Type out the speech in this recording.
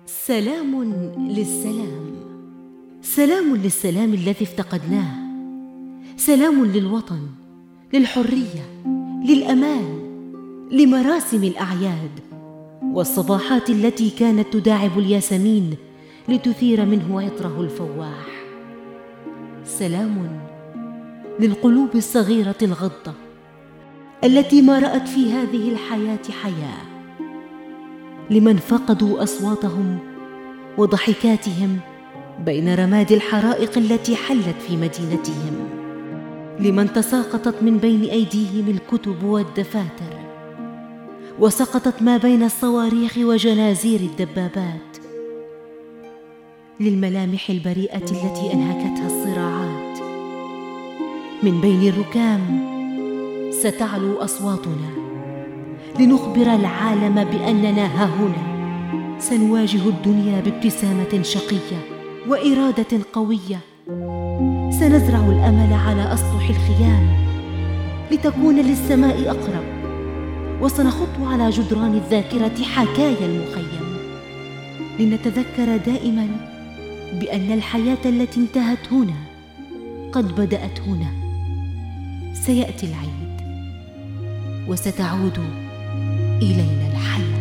سلام للسلام. سلام للسلام الذي افتقدناه. سلام للوطن، للحرية، للأمان، لمراسم الأعياد والصباحات التي كانت تداعب الياسمين لتثير منه عطره الفواح. سلام للقلوب الصغيرة الغضة التي ما رأت في هذه الحياة حياة، لمن فقدوا أصواتهم وضحكاتهم بين رماد الحرائق التي حلت في مدينتهم، لمن تساقطت من بين أيديهم الكتب والدفاتر وسقطت ما بين الصواريخ وجنازير الدبابات، للملامح البريئة التي أنهكتها الصراعات. من بين الركام ستعلو أصواتنا لنخبر العالم بأننا هاهنا سنواجه الدنيا بابتسامة شقية وإرادة قوية. سنزرع الأمل على أسطح الخيام لتكون للسماء أقرب، وسنخط على جدران الذاكرة حكايا المخيم لنتذكر دائما بأن الحياة التي انتهت هنا قد بدأت هنا. سيأتي العيد وستعود إلينا الحياة.